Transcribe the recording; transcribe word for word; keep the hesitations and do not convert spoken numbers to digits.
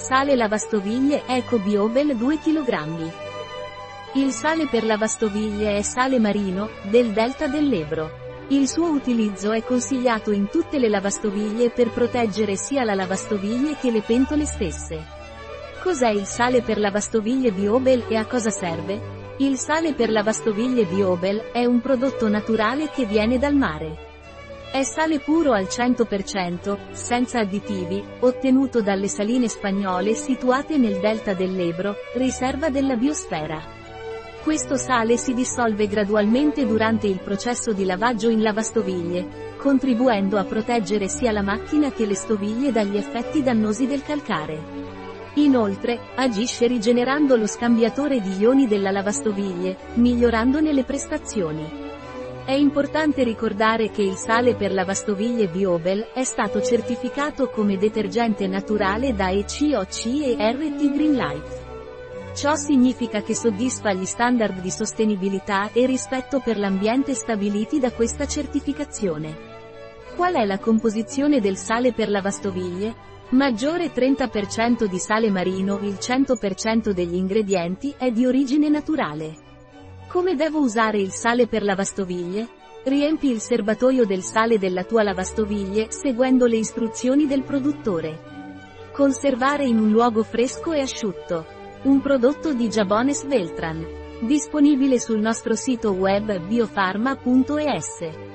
Sale lavastoviglie Eco Biobel due chilogrammi. Il sale per lavastoviglie è sale marino, del delta dell'Ebro. Il suo utilizzo è consigliato in tutte le lavastoviglie per proteggere sia la lavastoviglie che le pentole stesse. Cos'è il sale per lavastoviglie Biobel e a cosa serve? Il sale per lavastoviglie Biobel è un prodotto naturale che viene dal mare. È sale puro al cento per cento, senza additivi, ottenuto dalle saline spagnole situate nel delta dell'Ebro, riserva della biosfera. Questo sale si dissolve gradualmente durante il processo di lavaggio in lavastoviglie, contribuendo a proteggere sia la macchina che le stoviglie dagli effetti dannosi del calcare. Inoltre, agisce rigenerando lo scambiatore di ioni della lavastoviglie, migliorandone le prestazioni. È importante ricordare che il sale per lavastoviglie Biobel è stato certificato come detergente naturale da E C O C e R T Green Life. Ciò significa che soddisfa gli standard di sostenibilità e rispetto per l'ambiente stabiliti da questa certificazione. Qual è la composizione del sale per lavastoviglie? Maggiore trenta per cento di sale marino, il cento per cento degli ingredienti è di origine naturale. Come devo usare il sale per lavastoviglie? Riempi il serbatoio del sale della tua lavastoviglie seguendo le istruzioni del produttore. Conservare in un luogo fresco e asciutto. Un prodotto di Jabones Beltran. Disponibile sul nostro sito web biofarma punto es.